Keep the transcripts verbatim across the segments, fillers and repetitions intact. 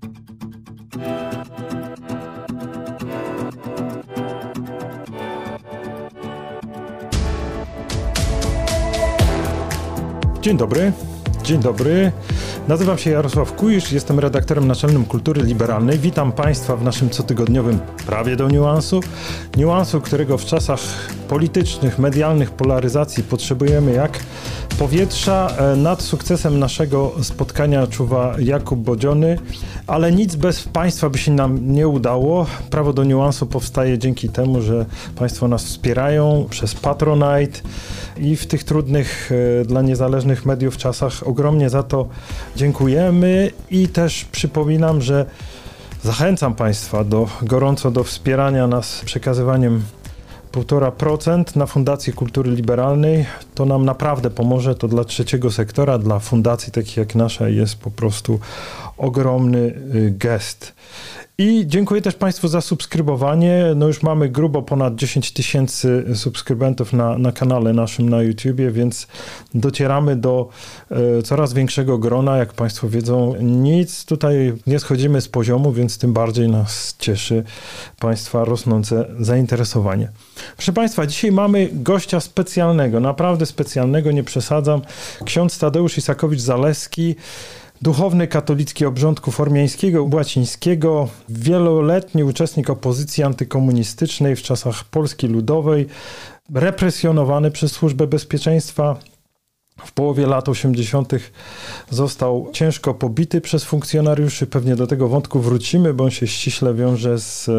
Dzień dobry, dzień dobry. Nazywam się Jarosław Kuisz, jestem redaktorem naczelnym Kultury Liberalnej. Witam Państwa w naszym cotygodniowym Prawie do niuansu. Niuansu, którego w czasach politycznych, medialnych polaryzacji potrzebujemy jak powietrza. Nad sukcesem naszego spotkania czuwa Jakub Bodziony, ale nic bez Państwa by się nam nie udało. Prawo do niuansu powstaje dzięki temu, że Państwo nas wspierają przez Patronite i w tych trudnych dla niezależnych mediów czasach ogromnie za to dziękujemy i też przypominam, że zachęcam Państwa do, gorąco do wspierania nas przekazywaniem półtora procent na Fundację Kultury Liberalnej. To nam naprawdę pomoże, to dla trzeciego sektora, dla fundacji takich jak nasza jest po prostu ogromny gest. I dziękuję też Państwu za subskrybowanie. No już mamy grubo ponad dziesięć tysięcy subskrybentów na, na kanale naszym na YouTubie, więc docieramy do e, coraz większego grona. Jak Państwo wiedzą, nic tutaj nie schodzimy z poziomu, więc tym bardziej nas cieszy Państwa rosnące zainteresowanie. Proszę Państwa, dzisiaj mamy gościa specjalnego, naprawdę specjalnego, nie przesadzam. Ksiądz Tadeusz Isakowicz-Zaleski, duchowny katolicki obrządku formiańskiego, łacińskiego, wieloletni uczestnik opozycji antykomunistycznej w czasach Polski Ludowej, represjonowany przez Służbę Bezpieczeństwa. W połowie lat osiemdziesiątych został ciężko pobity przez funkcjonariuszy. Pewnie do tego wątku wrócimy, bo on się ściśle wiąże z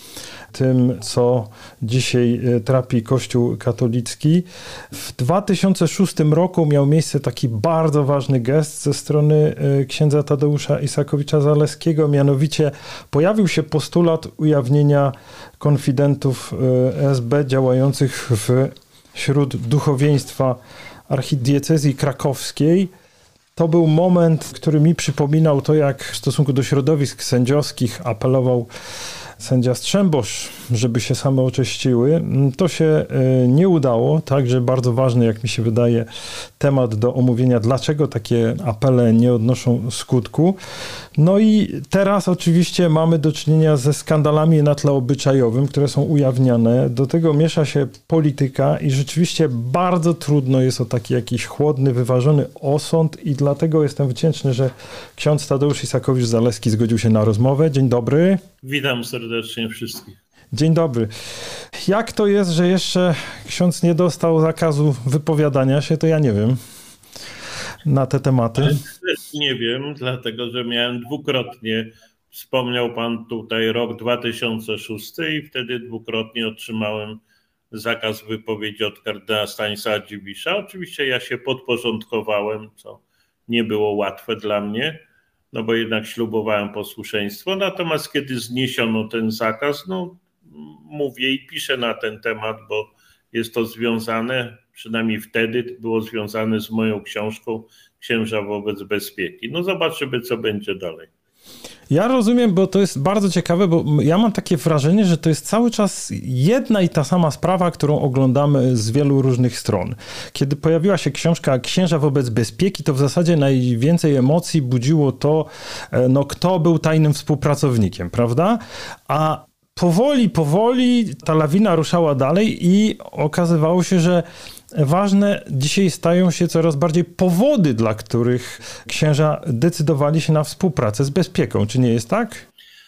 tym, co dzisiaj trapi Kościół katolicki. W dwa tysiące szóstym roku miał miejsce taki bardzo ważny gest ze strony księdza Tadeusza Isakowicza-Zaleskiego, mianowicie pojawił się postulat ujawnienia konfidentów S B działających w, wśród duchowieństwa archidiecezji krakowskiej. To był moment, który mi przypominał to, jak w stosunku do środowisk sędziowskich apelował sędzia Strzembosz, żeby się same oczyściły. To się nie udało, także bardzo ważny, jak mi się wydaje, temat do omówienia, dlaczego takie apele nie odnoszą skutku. No i teraz oczywiście mamy do czynienia ze skandalami na tle obyczajowym, które są ujawniane. Do tego miesza się polityka i rzeczywiście bardzo trudno jest o taki jakiś chłodny, wyważony osąd i dlatego jestem wdzięczny, że ksiądz Tadeusz Isakowicz-Zaleski zgodził się na rozmowę. Dzień dobry. Witam serdecznie wszystkich. Dzień dobry. Jak to jest, że jeszcze ksiądz nie dostał zakazu wypowiadania się, to ja nie wiem na te tematy. Też nie wiem, dlatego że miałem dwukrotnie, wspomniał pan tutaj rok dwa tysiące szósty i wtedy dwukrotnie otrzymałem zakaz wypowiedzi od kardynała Stanisława Dziwisza. Oczywiście ja się podporządkowałem, co nie było łatwe dla mnie, no bo jednak ślubowałem posłuszeństwo. Natomiast kiedy zniesiono ten zakaz, no mówię i piszę na ten temat, bo jest to związane, przynajmniej wtedy było związane z moją książką Księża wobec bezpieki. No zobaczymy, co będzie dalej. Ja rozumiem, bo to jest bardzo ciekawe, bo ja mam takie wrażenie, że to jest cały czas jedna i ta sama sprawa, którą oglądamy z wielu różnych stron. Kiedy pojawiła się książka Księża wobec bezpieki, to w zasadzie najwięcej emocji budziło to, no, kto był tajnym współpracownikiem, prawda? A powoli, powoli ta lawina ruszała dalej i okazywało się, że ważne dzisiaj stają się coraz bardziej powody, dla których księża decydowali się na współpracę z bezpieką. Czy nie jest tak?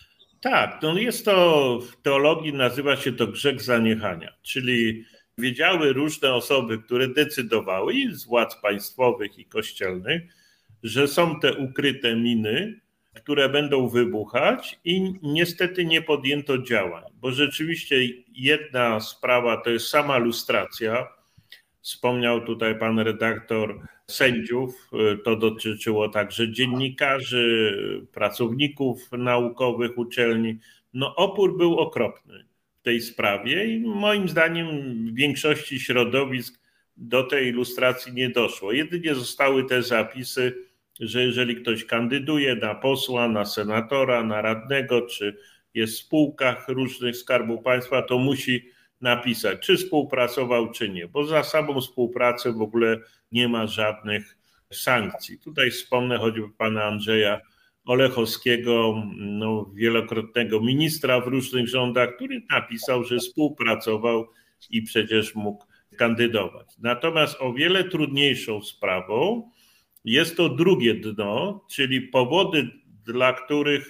Tak, no jest to, w teologii nazywa się to grzech zaniechania, czyli wiedziały różne osoby, które decydowały i z władz państwowych i kościelnych, że są te ukryte miny, które będą wybuchać i niestety nie podjęto działań, bo rzeczywiście jedna sprawa to jest sama lustracja. Wspomniał tutaj pan redaktor sędziów, to dotyczyło także dziennikarzy, pracowników naukowych uczelni. No opór był okropny w tej sprawie i moim zdaniem w większości środowisk do tej ilustracji nie doszło. Jedynie zostały te zapisy, że jeżeli ktoś kandyduje na posła, na senatora, na radnego, czy jest w spółkach różnych Skarbu Państwa, to musi napisać, czy współpracował, czy nie, bo za samą współpracę w ogóle nie ma żadnych sankcji. Tutaj wspomnę choćby pana Andrzeja Olechowskiego, no, wielokrotnego ministra w różnych rządach, który napisał, że współpracował i przecież mógł kandydować. Natomiast o wiele trudniejszą sprawą jest to drugie dno, czyli powody, dla których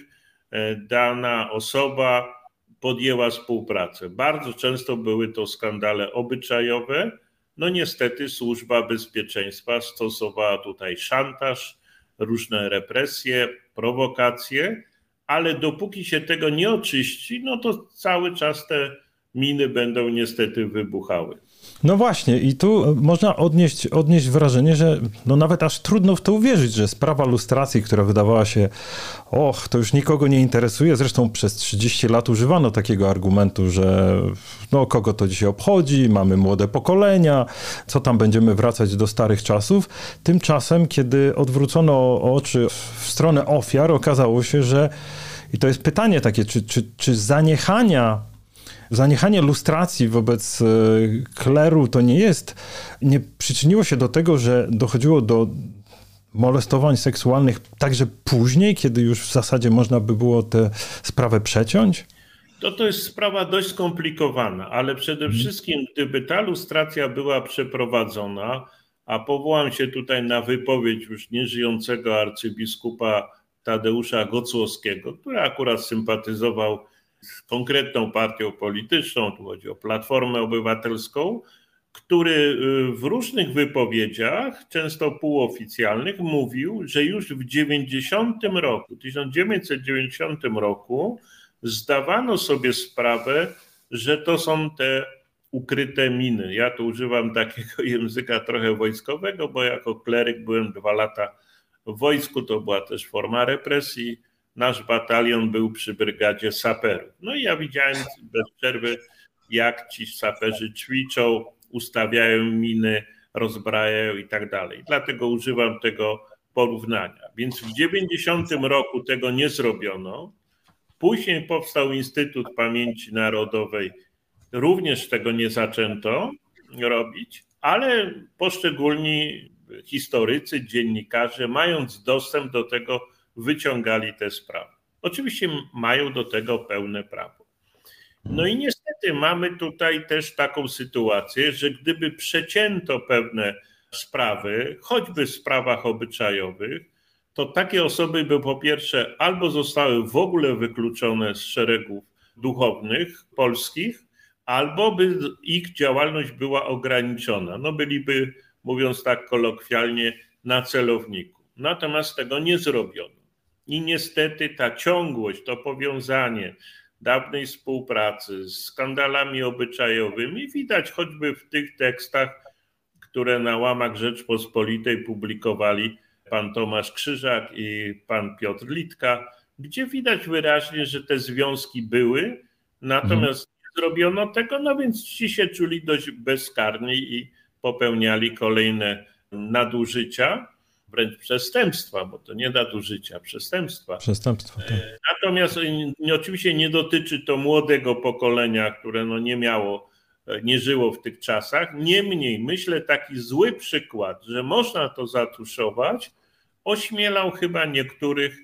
dana osoba podjęła współpracę. Bardzo często były to skandale obyczajowe. No niestety Służba Bezpieczeństwa stosowała tutaj szantaż, różne represje, prowokacje, ale dopóki się tego nie oczyści, no to cały czas te miny będą niestety wybuchały. No właśnie i tu można odnieść, odnieść wrażenie, że no nawet aż trudno w to uwierzyć, że sprawa lustracji, która wydawała się, och, to już nikogo nie interesuje, zresztą przez trzydzieści lat używano takiego argumentu, że no kogo to dzisiaj obchodzi, mamy młode pokolenia, co tam będziemy wracać do starych czasów. Tymczasem, kiedy odwrócono oczy w stronę ofiar, okazało się, że i to jest pytanie takie, czy, czy, czy zaniechania Zaniechanie lustracji wobec kleru to nie jest, nie przyczyniło się do tego, że dochodziło do molestowań seksualnych także później, kiedy już w zasadzie można by było tę sprawę przeciąć? To, to jest sprawa dość skomplikowana, ale przede wszystkim gdyby ta lustracja była przeprowadzona, a powołam się tutaj na wypowiedź już nieżyjącego arcybiskupa Tadeusza Gocłowskiego, który akurat sympatyzował z konkretną partią polityczną, tu chodzi o Platformę Obywatelską, który w różnych wypowiedziach, często półoficjalnych, mówił, że już w dziewięćdziesiątym roku, tysiąc dziewięćset dziewięćdziesiątym roku zdawano sobie sprawę, że to są te ukryte miny. Ja tu używam takiego języka trochę wojskowego, bo jako kleryk byłem dwa lata w wojsku, to była też forma represji. Nasz batalion był przy brygadzie saperów. No i ja widziałem bez przerwy, jak ci saperzy ćwiczą, ustawiają miny, rozbrajają i tak dalej. Dlatego używam tego porównania. Więc w dziewięćdziesiątym roku tego nie zrobiono. Później powstał Instytut Pamięci Narodowej. Również tego nie zaczęto robić, ale poszczególni historycy, dziennikarze, mając dostęp do tego, wyciągali te sprawy. Oczywiście mają do tego pełne prawo. No i niestety mamy tutaj też taką sytuację, że gdyby przecięto pewne sprawy, choćby w sprawach obyczajowych, to takie osoby by po pierwsze albo zostały w ogóle wykluczone z szeregów duchownych polskich, albo by ich działalność była ograniczona. No byliby, mówiąc tak kolokwialnie, na celowniku. Natomiast tego nie zrobiono. I niestety ta ciągłość, to powiązanie dawnej współpracy z skandalami obyczajowymi widać choćby w tych tekstach, które na łamach Rzeczpospolitej publikowali pan Tomasz Krzyżak i pan Piotr Litka, gdzie widać wyraźnie, że te związki były, natomiast mhm. nie zrobiono tego, no więc ci się czuli dość bezkarni i popełniali kolejne nadużycia, wręcz przestępstwa, bo to nie nadużycia, przestępstwa. Przestępstwa, tak. Natomiast oczywiście nie dotyczy to młodego pokolenia, które no nie miało, nie żyło w tych czasach. Niemniej myślę, taki zły przykład, że można to zatuszować, ośmielał chyba niektórych,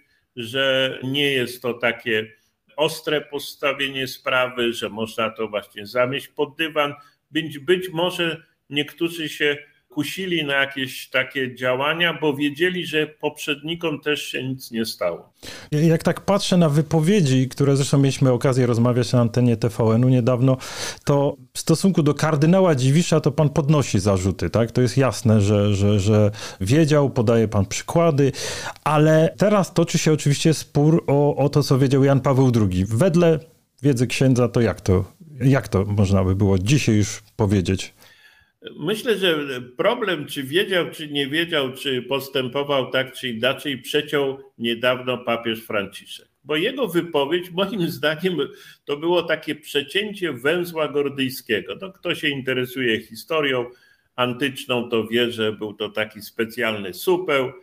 że nie jest to takie ostre postawienie sprawy, że można to właśnie zamieść pod dywan. Być, być może niektórzy się kusili na jakieś takie działania, bo wiedzieli, że poprzednikom też się nic nie stało. Jak tak patrzę na wypowiedzi, które zresztą mieliśmy okazję rozmawiać na antenie T V N u niedawno, to w stosunku do kardynała Dziwisza to pan podnosi zarzuty, tak? To jest jasne, że, że, że wiedział, podaje pan przykłady, ale teraz toczy się oczywiście spór o, o to, co wiedział Jan Paweł drugi. Wedle wiedzy księdza, to jak to, jak to można by było dzisiaj już powiedzieć? Myślę, że problem, czy wiedział, czy nie wiedział, czy postępował tak, czy inaczej, przeciął niedawno papież Franciszek. Bo jego wypowiedź, moim zdaniem, to było takie przecięcie węzła gordyjskiego. No, kto się interesuje historią antyczną, to wie, że był to taki specjalny supeł,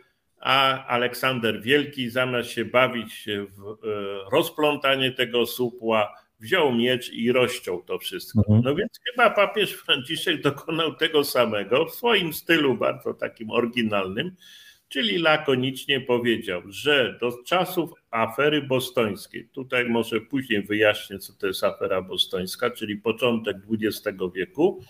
a Aleksander Wielki, zamiast się bawić w rozplątanie tego supła, wziął miecz i rozciął to wszystko. Mhm. No więc chyba papież Franciszek dokonał tego samego w swoim stylu bardzo takim oryginalnym. czyli lakonicznie powiedział, że do czasów afery bostońskiej, tutaj może później wyjaśnię, co to jest afera bostońska, czyli początek dwudziestego wieku,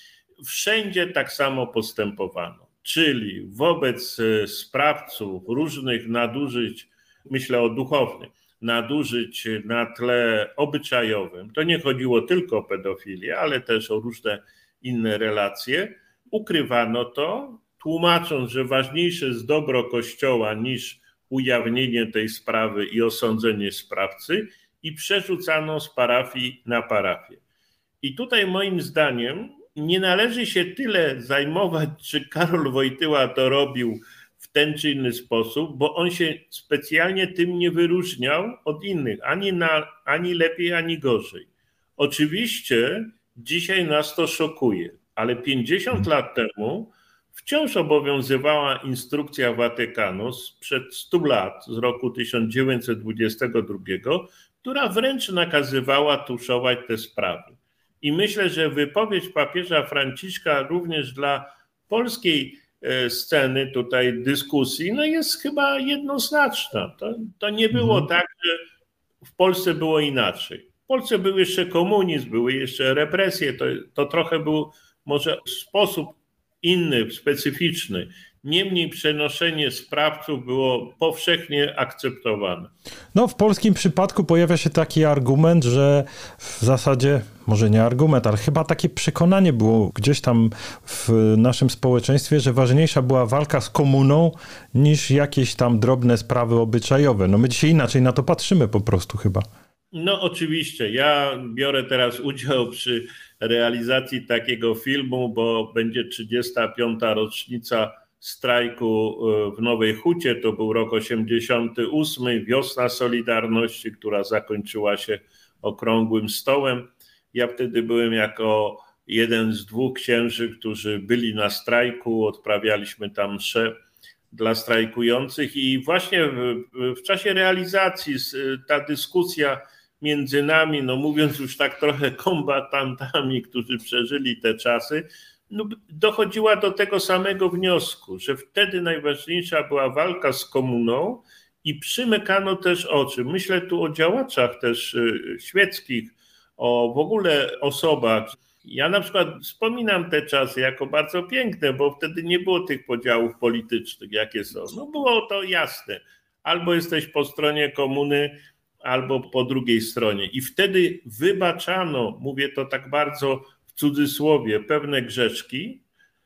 wszędzie tak samo postępowano, czyli wobec sprawców różnych nadużyć, myślę o duchownych, nadużyć na tle obyczajowym, to nie chodziło tylko o pedofilię, ale też o różne inne relacje, ukrywano to, tłumacząc, że ważniejsze jest dobro Kościoła niż ujawnienie tej sprawy i osądzenie sprawcy, i przerzucano z parafii na parafię. I tutaj moim zdaniem nie należy się tyle zajmować, czy Karol Wojtyła to robił w ten czy inny sposób, bo on się specjalnie tym nie wyróżniał od innych, ani, na, ani lepiej, ani gorzej. Oczywiście dzisiaj nas to szokuje, ale pięćdziesiąt lat temu wciąż obowiązywała instrukcja Watykanu sprzed stu lat, z roku tysiąc dziewięćset dwudziestego drugiego, która wręcz nakazywała tuszować te sprawy. I myślę, że wypowiedź papieża Franciszka również dla polskiej sceny tutaj dyskusji no jest chyba jednoznaczna. To, to nie było mhm. tak, że w Polsce było inaczej. W Polsce był jeszcze komunizm, były jeszcze represje, to, to trochę był może sposób inny, specyficzny. Niemniej przenoszenie sprawców było powszechnie akceptowane. No w polskim przypadku pojawia się taki argument, że w zasadzie, może nie argument, ale chyba takie przekonanie było gdzieś tam w naszym społeczeństwie, że ważniejsza była walka z komuną niż jakieś tam drobne sprawy obyczajowe. No my dzisiaj inaczej na to patrzymy po prostu chyba. No oczywiście. Ja biorę teraz udział przy realizacji takiego filmu, bo będzie trzydziesta piąta rocznica strajku w Nowej Hucie. To był rok osiemdziesiąty ósmy, wiosna Solidarności, która zakończyła się okrągłym stołem. Ja wtedy byłem jako jeden z dwóch księży, którzy byli na strajku, odprawialiśmy tam mszę dla strajkujących i właśnie w, w czasie realizacji ta dyskusja między nami, no mówiąc już tak trochę kombatantami, którzy przeżyli te czasy, no dochodziła do tego samego wniosku, że wtedy najważniejsza była walka z komuną i przymykano też oczy. Myślę tu o działaczach też świeckich, o w ogóle osobach. Ja na przykład wspominam te czasy jako bardzo piękne, bo wtedy nie było tych podziałów politycznych, jakie są. No było to jasne. Albo jesteś po stronie komuny, albo po drugiej stronie. I wtedy wybaczano, mówię to tak bardzo w cudzysłowie, pewne grzeszki,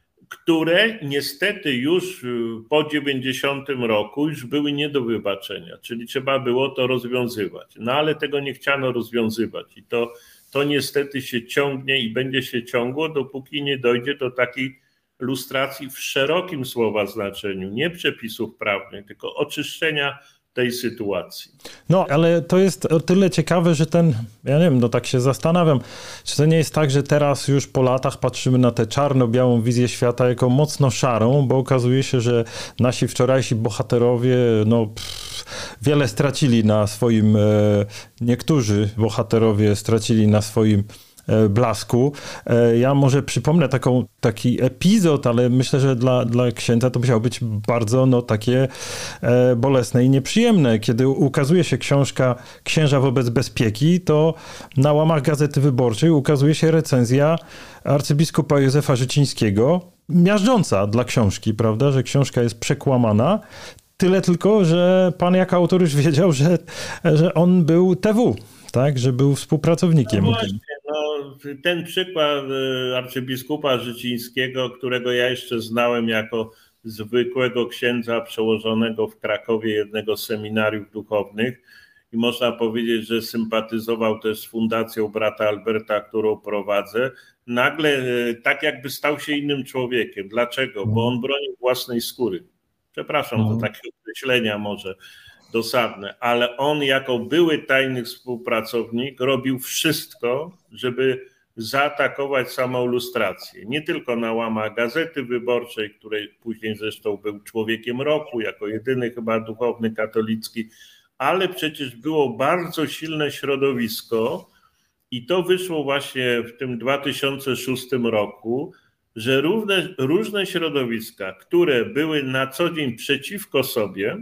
które niestety już po dziewięćdziesiątym roku już były nie do wybaczenia, czyli trzeba było to rozwiązywać. No ale tego nie chciano rozwiązywać i to, to niestety się ciągnie i będzie się ciągło, dopóki nie dojdzie do takiej lustracji w szerokim słowa znaczeniu, nie przepisów prawnych, tylko oczyszczenia tej sytuacji. No, ale to jest o tyle ciekawe, że ten, ja nie wiem, no tak się zastanawiam, czy to nie jest tak, że teraz już po latach patrzymy na tę czarno-białą wizję świata jako mocno szarą, bo okazuje się, że nasi wczorajsi bohaterowie, no pff, wiele stracili na swoim, e, niektórzy bohaterowie stracili na swoim blasku. Ja może przypomnę taką, taki epizod, ale myślę, że dla, dla księdza to musiało być bardzo no, takie bolesne i nieprzyjemne. Kiedy ukazuje się książka Księża wobec bezpieki, to na łamach Gazety Wyborczej ukazuje się recenzja arcybiskupa Józefa Życińskiego, miażdżąca dla książki, prawda, że książka jest przekłamana. Tyle tylko, że pan jako autor już wiedział, że, że on był T W, tak, że był współpracownikiem. No właśnie, no, ten przykład arcybiskupa Życińskiego, którego ja jeszcze znałem jako zwykłego księdza przełożonego w Krakowie jednego z seminariów duchownych i można powiedzieć, że sympatyzował też z fundacją brata Alberta, którą prowadzę, nagle tak jakby stał się innym człowiekiem. Dlaczego? Bo on bronił własnej skóry. Przepraszam za takie określenia może dosadne, ale on jako były tajny współpracownik robił wszystko, żeby zaatakować samą lustrację. Nie tylko na łamach Gazety Wyborczej, której później zresztą był człowiekiem roku, jako jedyny chyba duchowny katolicki, ale przecież było bardzo silne środowisko i to wyszło właśnie w tym dwa tysiące szóstym roku, że różne, różne środowiska, które były na co dzień przeciwko sobie,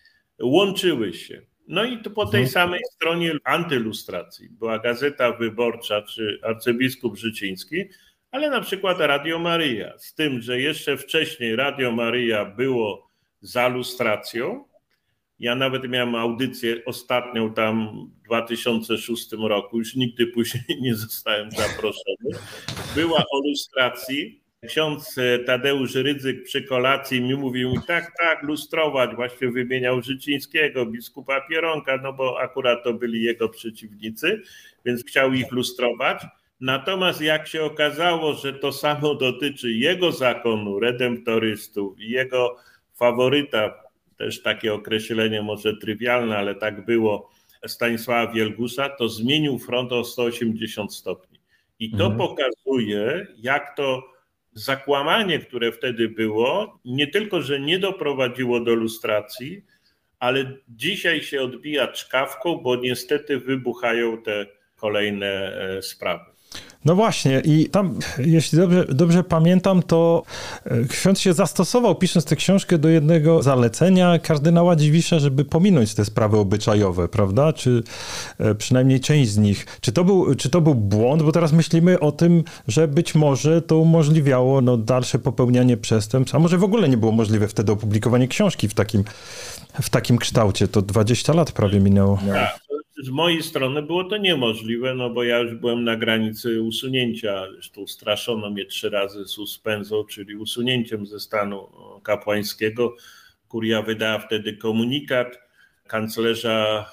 łączyły się. No i to po tej samej stronie antylustracji była Gazeta Wyborcza czy arcybiskup Życiński, ale na przykład Radio Maryja, z tym, że jeszcze wcześniej Radio Maryja było za lustracją. Ja nawet miałem audycję ostatnią tam w dwa tysiące szóstym roku, już nigdy później nie zostałem zaproszony. Była o lustracji. Ksiądz Tadeusz Rydzyk przy kolacji mi mówił, tak, tak, lustrować. Właśnie wymieniał Życińskiego, biskupa Pieronka, no bo akurat to byli jego przeciwnicy, więc chciał ich lustrować. Natomiast jak się okazało, że to samo dotyczy jego zakonu, redemptorystów i jego faworyta, też takie określenie może trywialne, ale tak było, Stanisława Wielgusza, to zmienił front o sto osiemdziesiąt stopni. I to mhm. pokazuje, jak to zakłamanie, które wtedy było, nie tylko, że nie doprowadziło do lustracji, ale dzisiaj się odbija czkawką, bo niestety wybuchają te kolejne sprawy. No właśnie i tam, jeśli dobrze, dobrze pamiętam, to ksiądz się zastosował, pisząc tę książkę, do jednego zalecenia kardynała Dziwisza, żeby pominąć te sprawy obyczajowe, prawda? Czy przynajmniej część z nich. Czy to był, czy to był błąd? Bo teraz myślimy o tym, że być może to umożliwiało no, dalsze popełnianie przestępstw, a może w ogóle nie było możliwe wtedy opublikowanie książki w takim, w takim kształcie. To dwadzieścia lat prawie minęło. Tak. Z mojej strony było to niemożliwe, no bo ja już byłem na granicy usunięcia. Zresztą straszono mnie trzy razy suspensą, czyli usunięciem ze stanu kapłańskiego. Kuria wydała wtedy komunikat kanclerza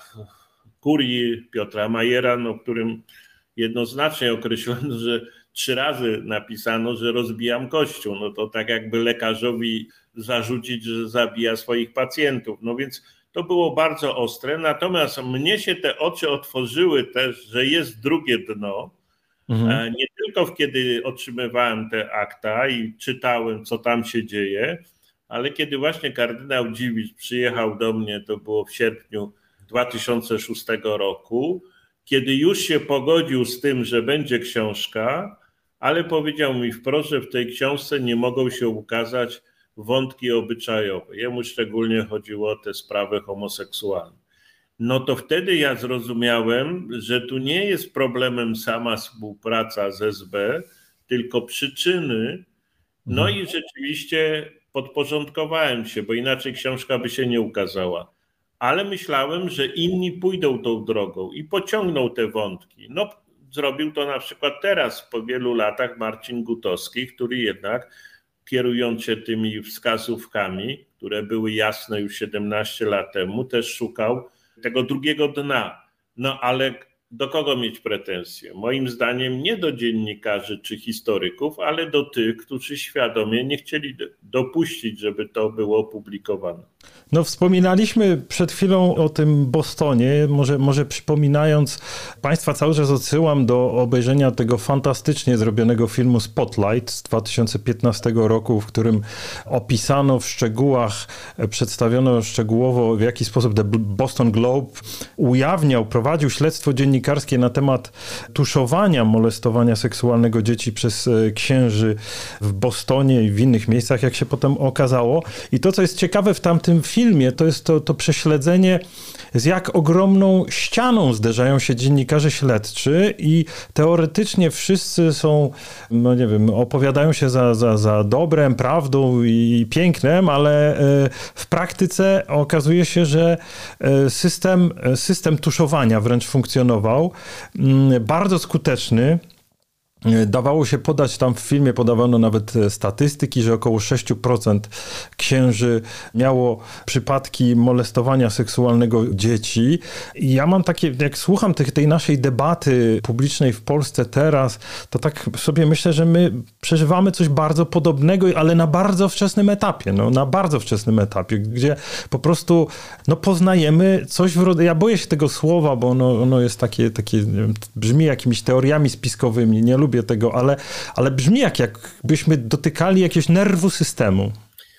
kurii Piotra Majera, no, w którym jednoznacznie określono, że trzy razy napisano, że rozbijam kościół. No to tak jakby lekarzowi zarzucić, że zabija swoich pacjentów. No więc to było bardzo ostre, natomiast mnie się te oczy otworzyły też, że jest drugie dno. Mhm. Nie tylko kiedy otrzymywałem te akta i czytałem, co tam się dzieje, ale kiedy właśnie kardynał Dziwisz przyjechał do mnie, to było w sierpniu dwa tysiące szóstego roku, kiedy już się pogodził z tym, że będzie książka, ale powiedział mi wprost, że w tej książce nie mogą się ukazać wątki obyczajowe. Jemu szczególnie chodziło o te sprawy homoseksualne. No to wtedy ja zrozumiałem, że tu nie jest problemem sama współpraca z S B, tylko przyczyny. No mhm. i rzeczywiście podporządkowałem się, bo inaczej książka by się nie ukazała. Ale myślałem, że inni pójdą tą drogą i pociągną te wątki. No zrobił to na przykład teraz, po wielu latach, Marcin Gutowski, który jednak kierując się tymi wskazówkami, które były jasne już siedemnaście lat temu, też szukał tego drugiego dna. No ale do kogo mieć pretensje? Moim zdaniem nie do dziennikarzy czy historyków, ale do tych, którzy świadomie nie chcieli dopuścić, żeby to było opublikowane. No wspominaliśmy przed chwilą o tym Bostonie, może, może przypominając, Państwa cały czas odsyłam do obejrzenia tego fantastycznie zrobionego filmu Spotlight z dwa tysiące piętnastego roku, w którym opisano w szczegółach, przedstawiono szczegółowo, w jaki sposób The Boston Globe ujawniał, prowadził śledztwo dziennikarskie na temat tuszowania molestowania seksualnego dzieci przez księży w Bostonie i w innych miejscach, jak się potem okazało. I to, co jest ciekawe w tamtym filmie, to jest to, to prześledzenie, z jak ogromną ścianą zderzają się dziennikarze śledczy i teoretycznie wszyscy są, no nie wiem, opowiadają się za, za, za dobrem, prawdą i pięknem, ale w praktyce okazuje się, że system, system tuszowania wręcz funkcjonował, bardzo skuteczny. Dawało się podać, tam w filmie podawano nawet statystyki, że około sześć procent księży miało przypadki molestowania seksualnego dzieci. I ja mam takie, jak słucham tej, tej naszej debaty publicznej w Polsce teraz, to tak sobie myślę, że my przeżywamy coś bardzo podobnego, ale na bardzo wczesnym etapie, no, na bardzo wczesnym etapie, gdzie po prostu no, poznajemy coś w rodzaju, ja boję się tego słowa, bo ono, ono jest takie, takie nie wiem, brzmi jakimiś teoriami spiskowymi, nie lubię tego, ale, ale brzmi jak jakbyśmy dotykali jakiegoś nerwu systemu.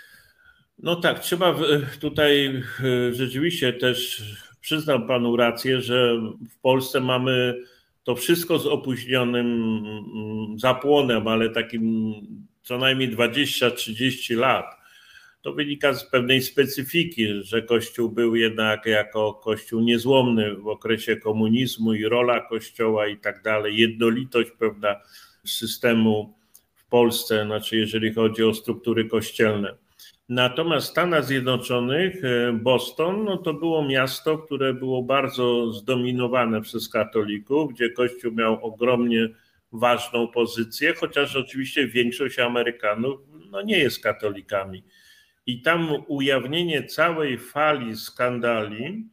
No tak, trzeba tutaj rzeczywiście też, przyznam panu rację, że w Polsce mamy to wszystko z opóźnionym zapłonem, ale takim co najmniej dwadzieścia trzydzieści lat. To wynika z pewnej specyfiki, że Kościół był jednak jako Kościół niezłomny w okresie komunizmu i rola Kościoła i tak dalej, jednolitość pewna systemu w Polsce, znaczy jeżeli chodzi o struktury kościelne. Natomiast w Stanach Zjednoczonych, Boston, no to było miasto, które było bardzo zdominowane przez katolików, gdzie Kościół miał ogromnie ważną pozycję, chociaż oczywiście większość Amerykanów no nie jest katolikami. I tam ujawnienie całej fali skandali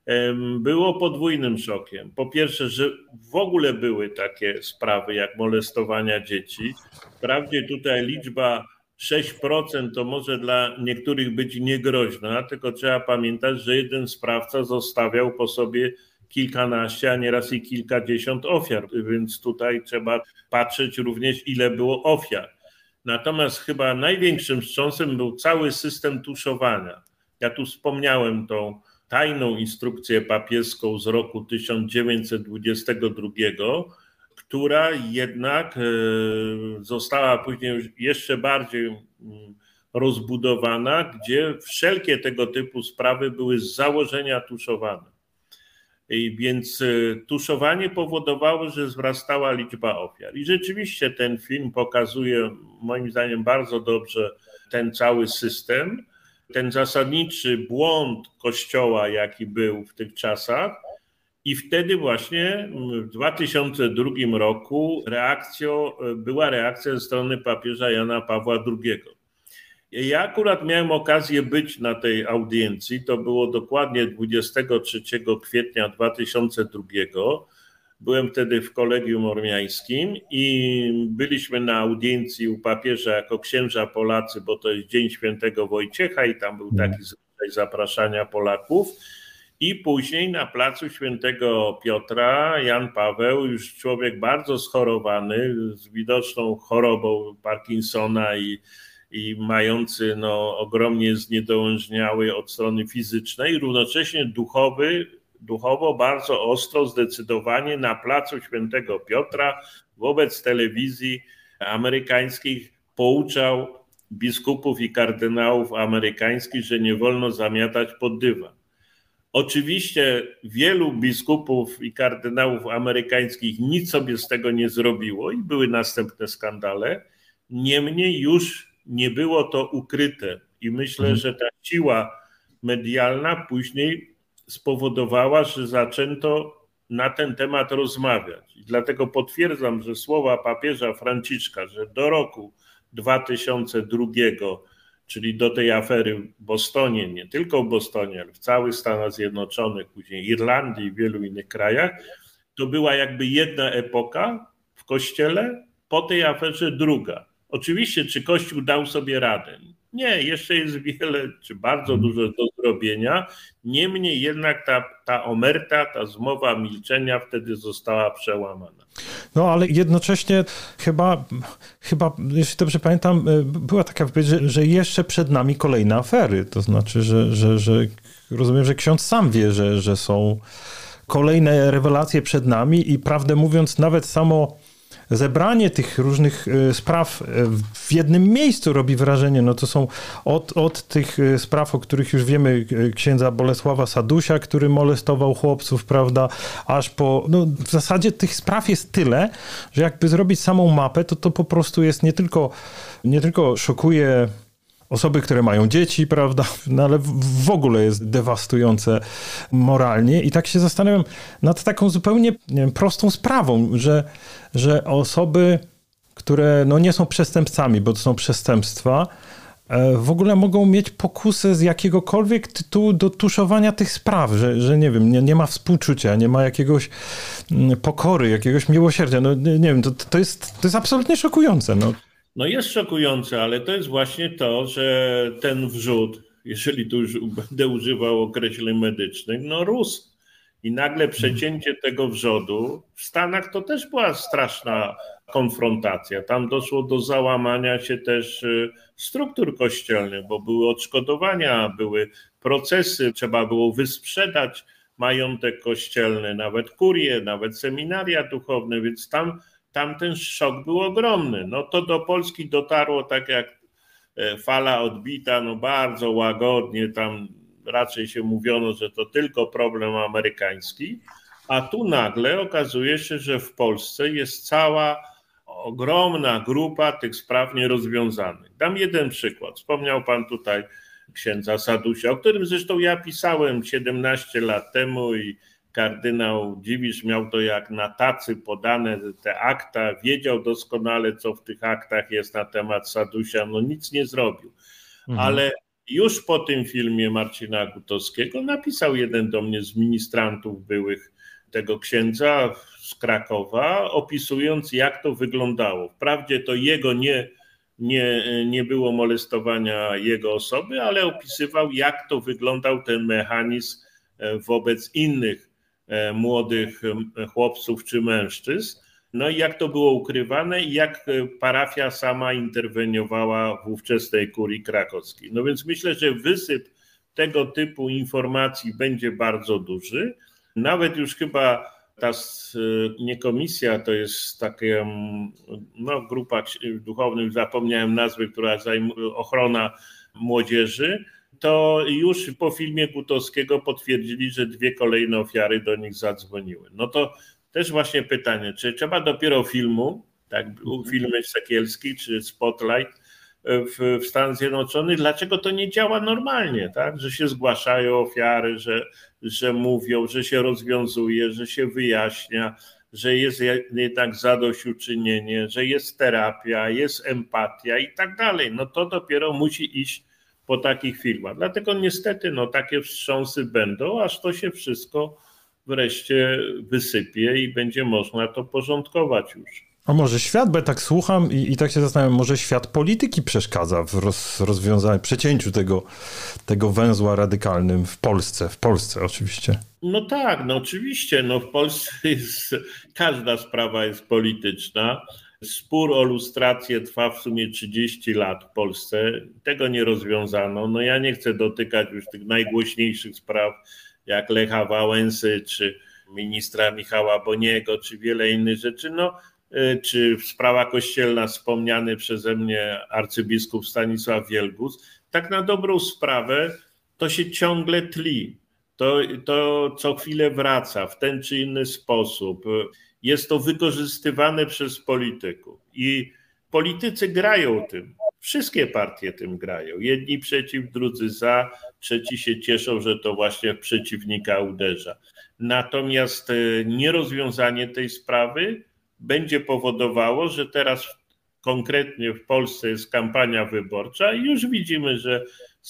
było podwójnym szokiem. Po pierwsze, że w ogóle były takie sprawy jak molestowania dzieci. Wprawdzie tutaj liczba sześć procent to może dla niektórych być niegroźna, tylko trzeba pamiętać, że jeden sprawca zostawiał po sobie kilkanaście, a nieraz i kilkadziesiąt ofiar, więc tutaj trzeba patrzeć również, ile było ofiar. Natomiast chyba największym wstrząsem był cały system tuszowania. Ja tu wspomniałem tą tajną instrukcję papieską z roku tysiąc dziewięćset dwudziestego drugiego, która jednak została później jeszcze bardziej rozbudowana, gdzie wszelkie tego typu sprawy były z założenia tuszowane. I więc tuszowanie powodowało, że wzrastała liczba ofiar. I rzeczywiście ten film pokazuje moim zdaniem bardzo dobrze ten cały system, ten zasadniczy błąd Kościoła, jaki był w tych czasach. I wtedy właśnie w dwa tysiące drugim roku reakcją, była reakcja ze strony papieża Jana Pawła drugiego. Ja akurat miałem okazję być na tej audiencji, to było dokładnie dwudziestego trzeciego kwietnia dwa tysiące drugiego. Byłem wtedy w Kolegium Ormiańskim i byliśmy na audiencji u papieża jako księża Polacy, bo to jest Dzień Świętego Wojciecha i tam był taki zwyczaj zapraszania Polaków. I później na placu Świętego Piotra Jan Paweł, już człowiek bardzo schorowany, z widoczną chorobą Parkinsona i i mający no, ogromnie zniedołężniały od strony fizycznej, równocześnie duchowy, duchowo bardzo ostro, zdecydowanie na placu Świętego Piotra wobec telewizji amerykańskich pouczał biskupów i kardynałów amerykańskich, że nie wolno zamiatać pod dywan. Oczywiście wielu biskupów i kardynałów amerykańskich nic sobie z tego nie zrobiło i były następne skandale, niemniej już nie było to ukryte i myślę, że ta siła medialna później spowodowała, że zaczęto na ten temat rozmawiać. I dlatego potwierdzam, że słowa papieża Franciszka, że do roku dwa tysiące drugiego, czyli do tej afery w Bostonie, nie tylko w Bostonie, ale w całych Stanach Zjednoczonych, później Irlandii i wielu innych krajach, to była jakby jedna epoka w Kościele, po tej aferze druga. Oczywiście, czy Kościół dał sobie radę? Nie, jeszcze jest wiele, czy bardzo dużo do zrobienia. Niemniej jednak ta, ta omerta, ta zmowa milczenia wtedy została przełamana. No ale jednocześnie chyba, chyba, jeśli dobrze pamiętam, była taka wypowiedź, że, że jeszcze przed nami kolejne afery. To znaczy, że, że, że rozumiem, że ksiądz sam wie, że, że są kolejne rewelacje przed nami i prawdę mówiąc, nawet samo zebranie tych różnych spraw w jednym miejscu robi wrażenie. No to są od, od tych spraw, o których już wiemy, księdza Bolesława Sadusia, który molestował chłopców, prawda, aż po... No w zasadzie tych spraw jest tyle, że jakby zrobić samą mapę, to to po prostu jest nie tylko, nie tylko szokuje osoby, które mają dzieci, prawda, no ale w ogóle jest dewastujące moralnie i tak się zastanawiam nad taką zupełnie nie wiem, prostą sprawą, że, że osoby, które no nie są przestępcami, bo to są przestępstwa, w ogóle mogą mieć pokusę z jakiegokolwiek tytułu do tuszowania tych spraw, że, że nie wiem, nie, nie ma współczucia, nie ma jakiegoś pokory, jakiegoś miłosierdzia. No nie, nie wiem, to, to, jest, to jest absolutnie szokujące. No. No jest szokujące, ale to jest właśnie to, że ten wrzód, jeżeli tu już będę używał określeń medycznych, no rósł. I nagle przecięcie tego wrzodu w Stanach to też była straszna konfrontacja. Tam doszło do załamania się też struktur kościelnych, bo były odszkodowania, były procesy, trzeba było wysprzedać majątek kościelny, nawet kurie, nawet seminaria duchowne, więc tam tamten szok był ogromny. No to do Polski dotarło tak jak fala odbita, no bardzo łagodnie, tam raczej się mówiono, że to tylko problem amerykański, a tu nagle okazuje się, że w Polsce jest cała ogromna grupa tych spraw nierozwiązanych. Dam jeden przykład. Wspomniał pan tutaj księdza Sadusia, o którym zresztą ja pisałem siedemnaście lat temu i kardynał Dziwisz miał to jak na tacy podane te akta, wiedział doskonale, co w tych aktach jest na temat Sadusia, no nic nie zrobił. Mhm. Ale już po tym filmie Marcina Gutowskiego napisał jeden do mnie z ministrantów byłych tego księdza z Krakowa, opisując, jak to wyglądało. Wprawdzie to jego nie, nie, nie było molestowania jego osoby, ale opisywał, jak to wyglądał ten mechanizm wobec innych młodych chłopców czy mężczyzn. No i jak to było ukrywane i jak parafia sama interweniowała w ówczesnej kurii krakowskiej. No więc myślę, że wysyp tego typu informacji będzie bardzo duży. Nawet już chyba ta nie komisja, to jest taka no, grupa duchownych, zapomniałem nazwy, która zajmuje ochrona młodzieży, to już po filmie Gutowskiego potwierdzili, że dwie kolejne ofiary do nich zadzwoniły. No to też właśnie pytanie, czy trzeba dopiero filmu, tak był film Sekielski czy Spotlight w, w Stanach Zjednoczonych, dlaczego to nie działa normalnie, tak? Że się zgłaszają ofiary, że, że mówią, że się rozwiązuje, że się wyjaśnia, że jest jednak zadośćuczynienie, że jest terapia, jest empatia i tak dalej. No to dopiero musi iść po takich filmach. Dlatego niestety no, takie wstrząsy będą, aż to się wszystko wreszcie wysypie i będzie można to porządkować już. A może świat, bo ja tak słucham i, i tak się zastanawiam, może świat polityki przeszkadza w roz, rozwiązaniu, przecięciu tego, tego węzła radykalnym w Polsce, w Polsce oczywiście. No tak, no oczywiście, no w Polsce jest, każda sprawa jest polityczna. Spór o lustrację trwa w sumie trzydzieści lat w Polsce, tego nie rozwiązano. No ja nie chcę dotykać już tych najgłośniejszych spraw, jak Lecha Wałęsy, czy ministra Michała Boniego, czy wiele innych rzeczy, no czy sprawa kościelna, wspomniany przeze mnie arcybiskup Stanisław Wielgus, tak na dobrą sprawę to się ciągle tli. To, to co chwilę wraca w ten czy inny sposób. Jest to wykorzystywane przez polityków i politycy grają tym. Wszystkie partie tym grają. Jedni przeciw, drudzy za, trzeci się cieszą, że to właśnie w przeciwnika uderza. Natomiast nierozwiązanie tej sprawy będzie powodowało, że teraz konkretnie w Polsce jest kampania wyborcza i już widzimy, że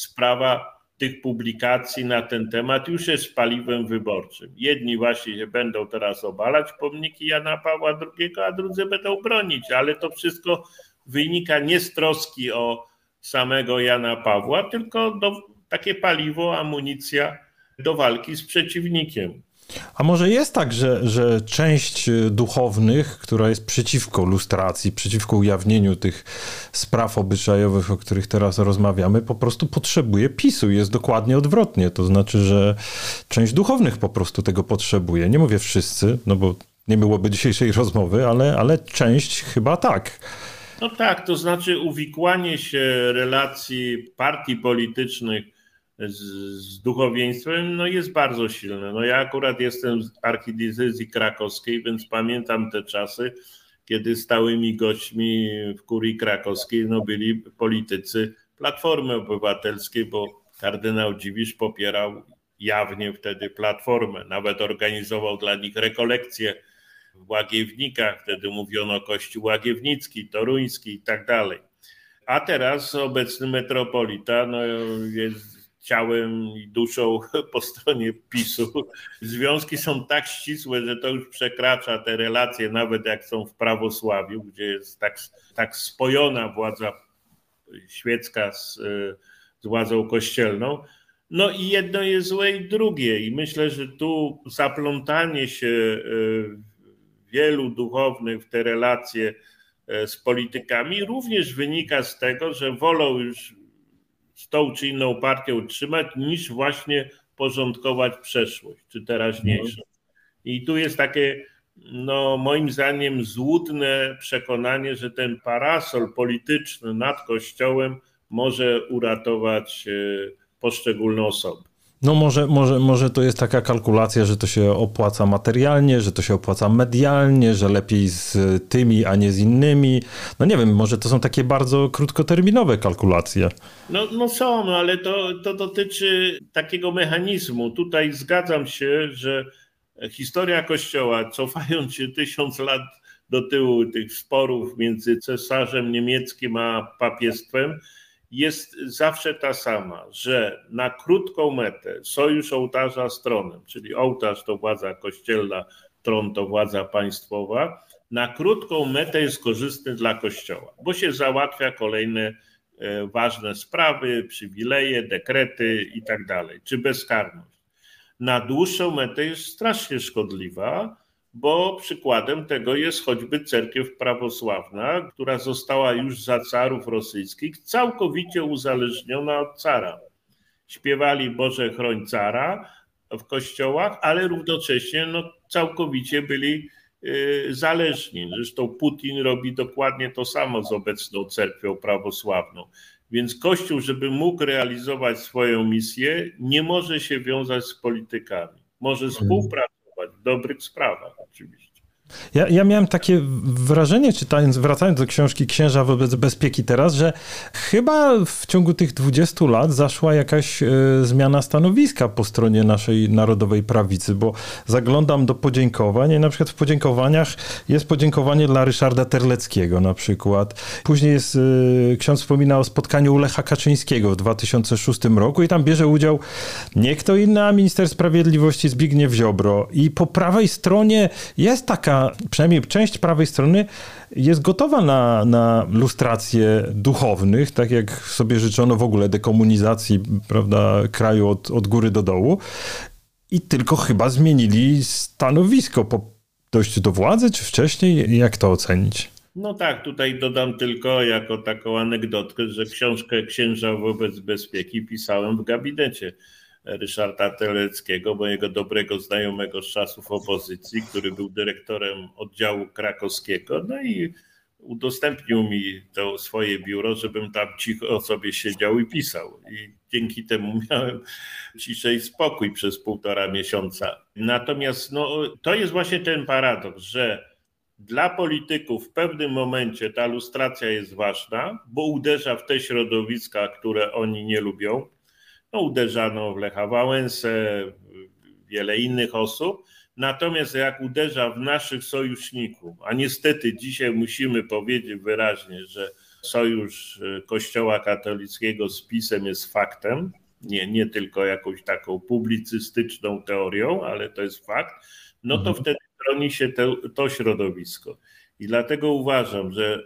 sprawa tych publikacji na ten temat już jest paliwem wyborczym. Jedni właśnie się będą teraz obalać pomniki Jana Pawła drugiego, a drudzy będą bronić, ale to wszystko wynika nie z troski o samego Jana Pawła, tylko do, takie paliwo, amunicja do walki z przeciwnikiem. A może jest tak, że, że część duchownych, która jest przeciwko lustracji, przeciwko ujawnieniu tych spraw obyczajowych, o których teraz rozmawiamy, po prostu potrzebuje PiSu. Jest dokładnie odwrotnie. To znaczy, że część duchownych po prostu tego potrzebuje. Nie mówię wszyscy, no bo nie byłoby dzisiejszej rozmowy, ale, ale część chyba tak. No tak, to znaczy uwikłanie się relacji partii politycznych Z, z duchowieństwem no jest bardzo silne. No ja akurat jestem z archidiecezji krakowskiej, więc pamiętam te czasy, kiedy stałymi gośćmi w kurii krakowskiej no byli politycy Platformy Obywatelskiej, bo kardynał Dziwisz popierał jawnie wtedy Platformę. Nawet organizował dla nich rekolekcje w Łagiewnikach. Wtedy mówiono Kościół Łagiewnicki, Toruński i tak dalej. A teraz obecny metropolita no jest ciałem i duszą po stronie PiSu. Związki są tak ścisłe, że to już przekracza te relacje, nawet jak są w prawosławiu, gdzie jest tak, tak spojona władza świecka z, z władzą kościelną. No i jedno jest złe i drugie. I myślę, że tu zaplątanie się wielu duchownych w te relacje z politykami również wynika z tego, że wolą już z tą czy inną partią utrzymać, niż właśnie porządkować przeszłość, czy teraźniejszą. I tu jest takie no moim zdaniem złudne przekonanie, że ten parasol polityczny nad Kościołem może uratować poszczególne osoby. No może, może, może to jest taka kalkulacja, że to się opłaca materialnie, że to się opłaca medialnie, że lepiej z tymi, a nie z innymi. No nie wiem, może to są takie bardzo krótkoterminowe kalkulacje. No, no są, no ale to, to dotyczy takiego mechanizmu. Tutaj zgadzam się, że historia Kościoła, cofając się tysiąc lat do tyłu tych sporów między cesarzem niemieckim a papiestwem, jest zawsze ta sama, że na krótką metę sojusz ołtarza z tronem, czyli ołtarz to władza kościelna, tron to władza państwowa, na krótką metę jest korzystny dla Kościoła, bo się załatwia kolejne ważne sprawy, przywileje, dekrety i tak dalej, czy bezkarność. Na dłuższą metę jest strasznie szkodliwa, bo przykładem tego jest choćby cerkiew prawosławna, która została już za carów rosyjskich całkowicie uzależniona od cara. Śpiewali Boże chroń cara w kościołach, ale równocześnie no, całkowicie byli y, zależni. Zresztą Putin robi dokładnie to samo z obecną cerkwią prawosławną. Więc Kościół, żeby mógł realizować swoją misję, nie może się wiązać z politykami. Może współpracować w dobrych sprawach oczywiście. Ja, ja miałem takie wrażenie, czytając, wracając do książki Księża wobec bezpieki teraz, że chyba w ciągu tych dwudziestu lat zaszła jakaś e, zmiana stanowiska po stronie naszej narodowej prawicy, bo zaglądam do podziękowań i na przykład w podziękowaniach jest podziękowanie dla Ryszarda Terleckiego na przykład. Później jest, e, ksiądz wspomina o spotkaniu u Lecha Kaczyńskiego w dwa tysiące szóstym roku i tam bierze udział nie kto inny, a minister sprawiedliwości Zbigniew Ziobro. I po prawej stronie jest taka, przynajmniej część prawej strony jest gotowa na, na lustrację duchownych, tak jak sobie życzono w ogóle dekomunizacji, prawda, kraju od, od góry do dołu. I tylko chyba zmienili stanowisko. Po dojściu do władzy, czy wcześniej? Jak to ocenić? No tak, tutaj dodam tylko jako taką anegdotkę, że książkę Księża wobec bezpieki pisałem w gabinecie Ryszarda Terleckiego, mojego dobrego znajomego z czasów opozycji, który był dyrektorem oddziału krakowskiego. No i udostępnił mi to swoje biuro, żebym tam cicho sobie siedział i pisał. I dzięki temu miałem ciszę i spokój przez półtora miesiąca. Natomiast no, to jest właśnie ten paradoks, że dla polityków w pewnym momencie ta lustracja jest ważna, bo uderza w te środowiska, które oni nie lubią. No, uderzano w Lecha Wałęsę, wiele innych osób. Natomiast jak uderza w naszych sojuszników, a niestety dzisiaj musimy powiedzieć wyraźnie, że sojusz Kościoła katolickiego z PiS-em jest faktem, nie, nie tylko jakąś taką publicystyczną teorią, ale to jest fakt, no to wtedy broni się te, to środowisko. I dlatego uważam, że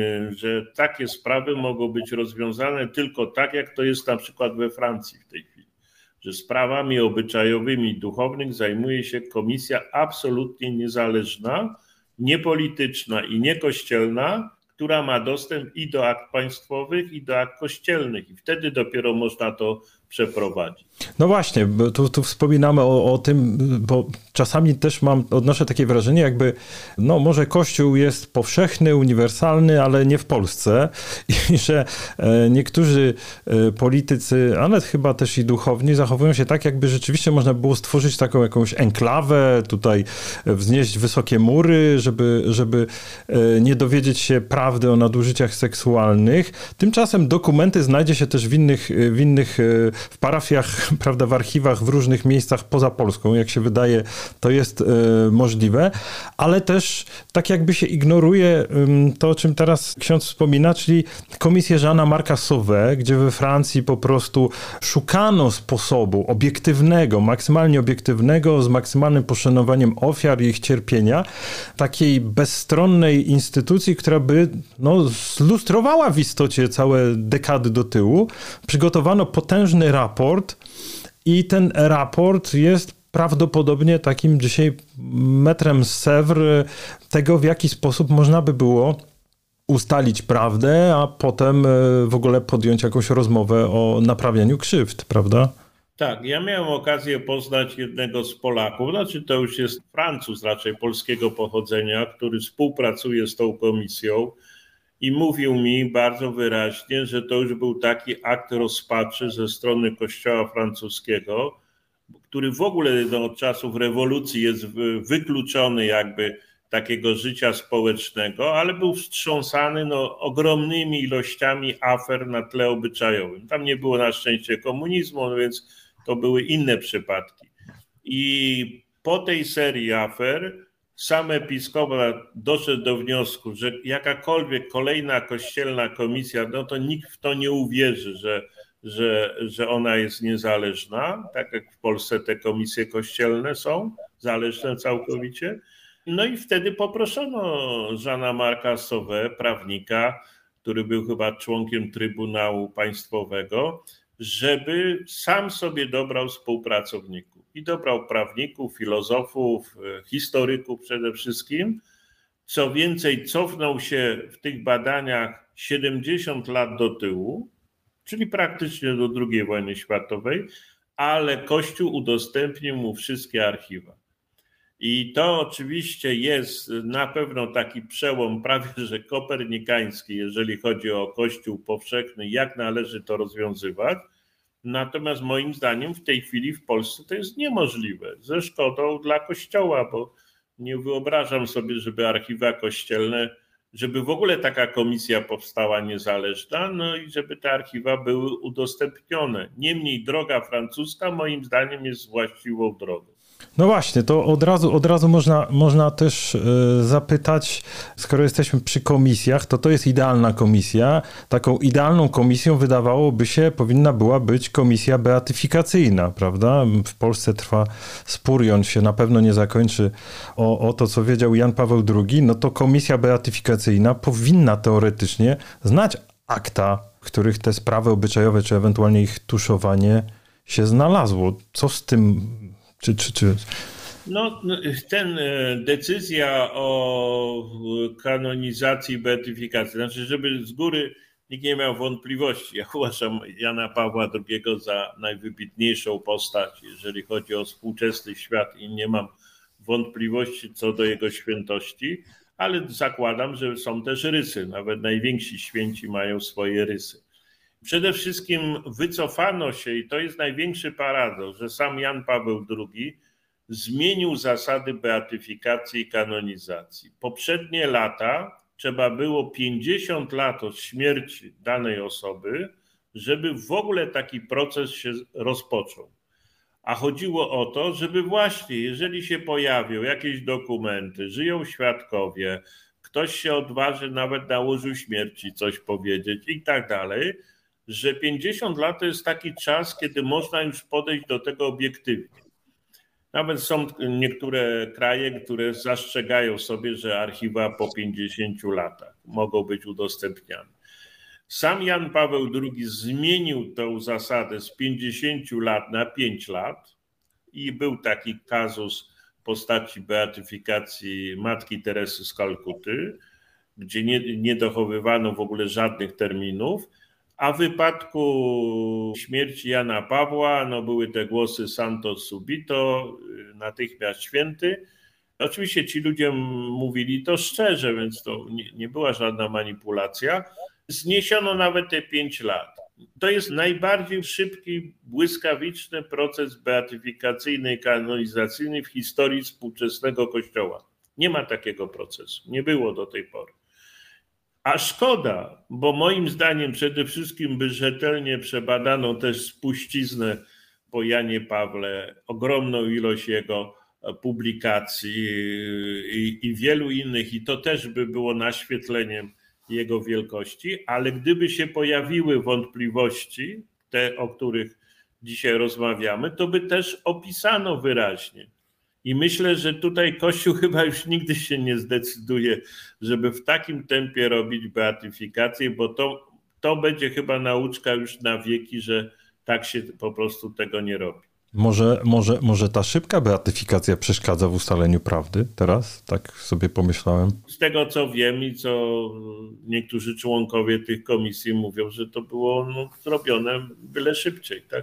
że takie sprawy mogą być rozwiązane tylko tak, jak to jest na przykład we Francji w tej chwili, że sprawami obyczajowymi duchownych zajmuje się komisja absolutnie niezależna, niepolityczna i niekościelna, która ma dostęp i do akt państwowych, i do akt kościelnych i wtedy dopiero można to przeprowadzić. No właśnie, bo tu, tu wspominamy o, o tym, bo czasami też mam, odnoszę takie wrażenie, jakby, no może Kościół jest powszechny, uniwersalny, ale nie w Polsce i że e, niektórzy e, politycy, ale chyba też i duchowni zachowują się tak, jakby rzeczywiście można było stworzyć taką jakąś enklawę, tutaj wznieść wysokie mury, żeby, żeby e, nie dowiedzieć się prawdy o nadużyciach seksualnych. Tymczasem dokumenty znajdzie się też w innych, w innych w parafiach, prawda, w archiwach, w różnych miejscach poza Polską, jak się wydaje, to jest y, możliwe, ale też tak jakby się ignoruje y, to, o czym teraz ksiądz wspomina, czyli komisję Jeana Marca Sauvé, gdzie we Francji po prostu szukano sposobu obiektywnego, maksymalnie obiektywnego, z maksymalnym poszanowaniem ofiar i ich cierpienia, takiej bezstronnej instytucji, która by no, zlustrowała w istocie całe dekady do tyłu. Przygotowano potężny raport i ten raport jest prawdopodobnie takim dzisiaj metrem z Sèvres tego, w jaki sposób można by było ustalić prawdę, a potem w ogóle podjąć jakąś rozmowę o naprawianiu krzywd, prawda? Tak, ja miałem okazję poznać jednego z Polaków, znaczy to już jest Francuz raczej polskiego pochodzenia, który współpracuje z tą komisją i mówił mi bardzo wyraźnie, że to już był taki akt rozpaczy ze strony Kościoła francuskiego, który w ogóle no, od czasów rewolucji jest wykluczony jakby takiego życia społecznego, ale był wstrząsany no, ogromnymi ilościami afer na tle obyczajowym. Tam nie było na szczęście komunizmu, no więc to były inne przypadki. I po tej serii afer sam episkopat doszedł do wniosku, że jakakolwiek kolejna kościelna komisja, no to nikt w to nie uwierzy, że, że, że ona jest niezależna, tak jak w Polsce te komisje kościelne są, zależne całkowicie. No i wtedy poproszono Jeana Marca Sauvé, prawnika, który był chyba członkiem Trybunału Państwowego, żeby sam sobie dobrał współpracowników. I dobrał prawników, filozofów, historyków przede wszystkim. Co więcej, cofnął się w tych badaniach siedemdziesiąt lat do tyłu, czyli praktycznie do drugiej wojny światowej, ale Kościół udostępnił mu wszystkie archiwa. I to oczywiście jest na pewno taki przełom prawie że kopernikański, jeżeli chodzi o Kościół powszechny, jak należy to rozwiązywać. Natomiast moim zdaniem w tej chwili w Polsce to jest niemożliwe, ze szkodą dla Kościoła, bo nie wyobrażam sobie, żeby archiwa kościelne, żeby w ogóle taka komisja powstała niezależna, no i żeby te archiwa były udostępnione. Niemniej droga francuska moim zdaniem jest właściwą drogą. No właśnie, to od razu, od razu można, można też y, zapytać, skoro jesteśmy przy komisjach, to to jest idealna komisja. Taką idealną komisją wydawałoby się powinna była być komisja beatyfikacyjna, prawda? W Polsce trwa spór i on się na pewno nie zakończy o, o to, co wiedział Jan Paweł drugi. No to komisja beatyfikacyjna powinna teoretycznie znać akta, w których te sprawy obyczajowe, czy ewentualnie ich tuszowanie się znalazło. Co z tym... Czy, czy, czy... No, ten decyzja o kanonizacji, beatyfikacji, znaczy, żeby z góry nikt nie miał wątpliwości. Ja uważam Jana Pawła drugiego za najwybitniejszą postać, jeżeli chodzi o współczesny świat i nie mam wątpliwości co do jego świętości, ale zakładam, że są też rysy. Nawet najwięksi święci mają swoje rysy. Przede wszystkim wycofano się, i to jest największy paradoks, że sam Jan Paweł drugi zmienił zasady beatyfikacji i kanonizacji. Poprzednie lata trzeba było pięćdziesiąt lat od śmierci danej osoby, żeby w ogóle taki proces się rozpoczął. A chodziło o to, żeby właśnie, jeżeli się pojawią jakieś dokumenty, żyją świadkowie, ktoś się odważy nawet na łożu śmierci coś powiedzieć i tak dalej, że pięćdziesiąt lat to jest taki czas, kiedy można już podejść do tego obiektywnie. Nawet są niektóre kraje, które zastrzegają sobie, że archiwa po pięćdziesięciu latach mogą być udostępniane. Sam Jan Paweł drugi zmienił tę zasadę z pięćdziesięciu lat na pięć lat i był taki kazus w postaci beatyfikacji Matki Teresy z Kalkuty, gdzie nie, nie dochowywano w ogóle żadnych terminów. A w wypadku śmierci Jana Pawła no były te głosy Santo Subito, natychmiast święty. Oczywiście ci ludzie mówili to szczerze, więc to nie, nie była żadna manipulacja. Zniesiono nawet te pięć lat. To jest najbardziej szybki, błyskawiczny proces beatyfikacyjny i kanonizacyjny w historii współczesnego Kościoła. Nie ma takiego procesu, nie było do tej pory. A szkoda, bo moim zdaniem przede wszystkim by rzetelnie przebadano też spuściznę po Janie Pawle, ogromną ilość jego publikacji i, i wielu innych, i to też by było naświetleniem jego wielkości, ale gdyby się pojawiły wątpliwości, te, o których dzisiaj rozmawiamy, to by też opisano wyraźnie. I myślę, że tutaj Kościół chyba już nigdy się nie zdecyduje, żeby w takim tempie robić beatyfikację, bo to, to będzie chyba nauczka już na wieki, że tak się po prostu tego nie robi. Może, może, może ta szybka beatyfikacja przeszkadza w ustaleniu prawdy teraz? Tak sobie pomyślałem. Z tego co wiem i co niektórzy członkowie tych komisji mówią, że to było no, zrobione byle szybciej, tak?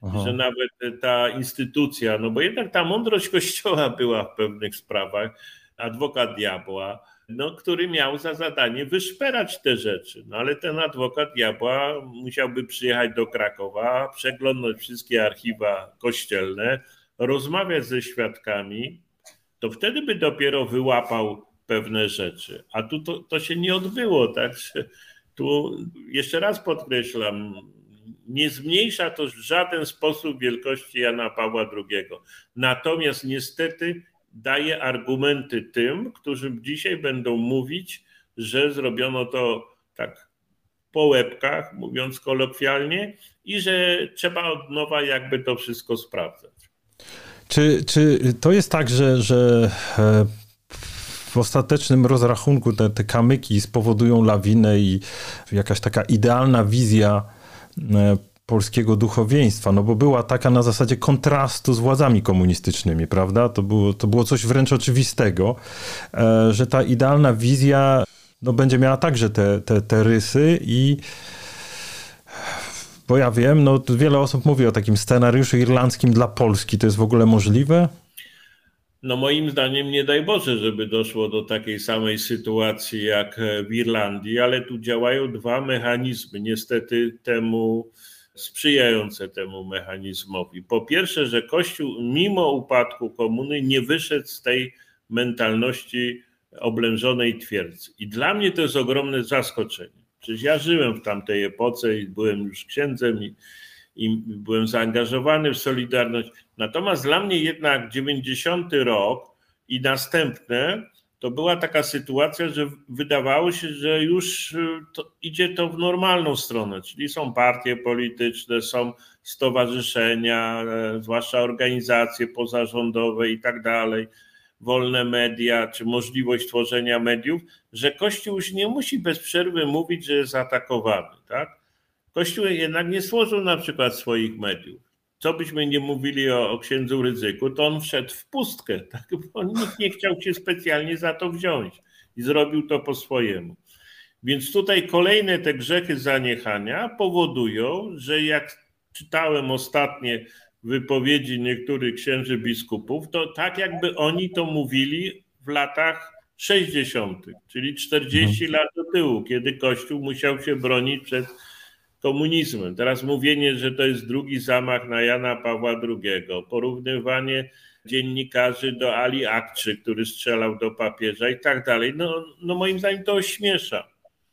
Aha. że nawet ta instytucja, no bo jednak ta mądrość Kościoła była w pewnych sprawach, adwokat diabła, no, który miał za zadanie wyszperać te rzeczy. No ale ten adwokat diabła musiałby przyjechać do Krakowa, przeglądać wszystkie archiwa kościelne, rozmawiać ze świadkami, to wtedy by dopiero wyłapał pewne rzeczy. A tu to, to się nie odbyło, także tu jeszcze raz podkreślam, nie zmniejsza to w żaden sposób wielkości Jana Pawła drugiego. Natomiast niestety daje argumenty tym, którzy dzisiaj będą mówić, że zrobiono to tak po łebkach, mówiąc kolokwialnie, i że trzeba od nowa jakby to wszystko sprawdzać. Czy, czy to jest tak, że, że w ostatecznym rozrachunku te, te kamyki spowodują lawinę i jakaś taka idealna wizja polskiego duchowieństwa, no bo była taka na zasadzie kontrastu z władzami komunistycznymi, prawda? To było, to było coś wręcz oczywistego, że ta idealna wizja no, będzie miała także te, te, te rysy i bo ja wiem, no wiele osób mówi o takim scenariuszu irlandzkim dla Polski. To jest w ogóle możliwe? No moim zdaniem nie daj Boże, żeby doszło do takiej samej sytuacji jak w Irlandii, ale tu działają dwa mechanizmy, niestety temu sprzyjające temu mechanizmowi. Po pierwsze, że Kościół mimo upadku komuny nie wyszedł z tej mentalności oblężonej twierdzy. I dla mnie to jest ogromne zaskoczenie. Przecież ja żyłem w tamtej epoce i byłem już księdzem i, i byłem zaangażowany w Solidarność. Natomiast dla mnie jednak dziewięćdziesiąty rok i następne to była taka sytuacja, że wydawało się, że już to, idzie to w normalną stronę, czyli są partie polityczne, są stowarzyszenia, zwłaszcza organizacje pozarządowe i tak dalej, wolne media, czy możliwość tworzenia mediów, że Kościół już nie musi bez przerwy mówić, że jest atakowany. Tak? Kościół jednak nie stworzył na przykład swoich mediów. Co byśmy nie mówili o, o księdzu Rydzyku, to on wszedł w pustkę. Tak? Bo nikt nie chciał się specjalnie za to wziąć i zrobił to po swojemu. Więc tutaj kolejne te grzechy zaniechania powodują, że jak czytałem ostatnie wypowiedzi niektórych księży biskupów, to tak jakby oni to mówili w latach sześćdziesiątych, czyli czterdzieści lat do tyłu, kiedy Kościół musiał się bronić przed komunizmem. Teraz mówienie, że to jest drugi zamach na Jana Pawła drugiego, porównywanie dziennikarzy do Ali Akczy, który strzelał do papieża i tak dalej, no, no moim zdaniem to ośmiesza.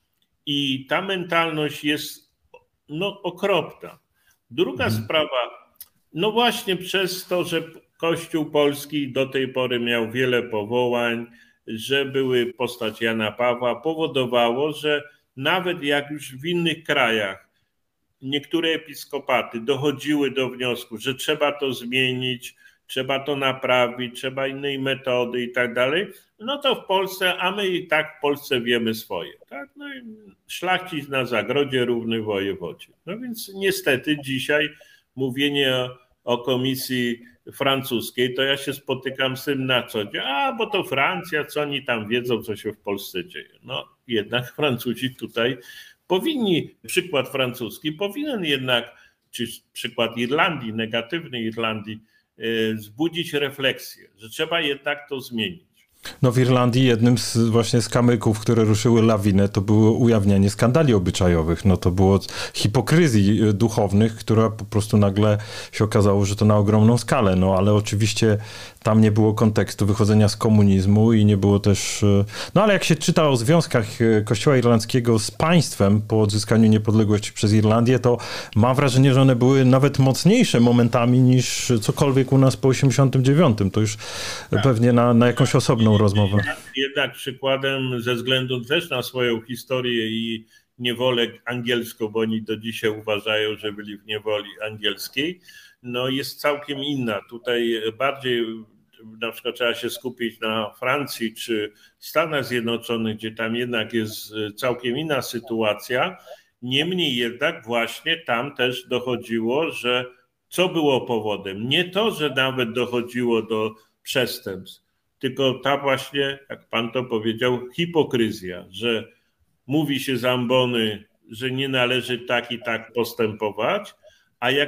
I ta mentalność jest no, okropna. Druga mhm. sprawa, no właśnie przez to, że Kościół polski do tej pory miał wiele powołań, że były postać Jana Pawła, powodowało, że nawet jak już w innych krajach niektóre episkopaty dochodziły do wniosku, że trzeba to zmienić, trzeba to naprawić, trzeba innej metody i tak dalej, no to w Polsce, a my i tak w Polsce wiemy swoje. Tak? No i szlachcic na zagrodzie równy wojewodzie. No więc niestety dzisiaj mówienie o, o komisji francuskiej, to ja się spotykam z tym na co dzień. A, bo to Francja, co oni tam wiedzą, co się w Polsce dzieje. No jednak Francuzi tutaj powinni, przykład francuski powinien jednak, czy przykład Irlandii, negatywnej Irlandii, wzbudzić refleksję, że trzeba jednak to zmienić. No w Irlandii jednym z właśnie z kamyków, które ruszyły lawinę, to było ujawnianie skandali obyczajowych. No to było hipokryzji duchownych, która po prostu nagle się okazało, że to na ogromną skalę. No ale oczywiście tam nie było kontekstu wychodzenia z komunizmu i nie było też... No ale jak się czyta o związkach Kościoła irlandzkiego z państwem po odzyskaniu niepodległości przez Irlandię, to mam wrażenie, że one były nawet mocniejsze momentami niż cokolwiek u nas po osiemdziesiątym dziewiątym. To już tak. Pewnie na, na jakąś osobną rozmowę. Jednak przykładem ze względu też na swoją historię i niewolę angielską, bo oni do dzisiaj uważają, że byli w niewoli angielskiej, no jest całkiem inna. Tutaj bardziej na przykład trzeba się skupić na Francji czy Stanach Zjednoczonych, gdzie tam jednak jest całkiem inna sytuacja. Niemniej jednak właśnie tam też dochodziło, że co było powodem? Nie to, że nawet dochodziło do przestępstw, tylko ta właśnie, jak pan to powiedział, hipokryzja, że mówi się z ambony, że nie należy tak i tak postępować, a jak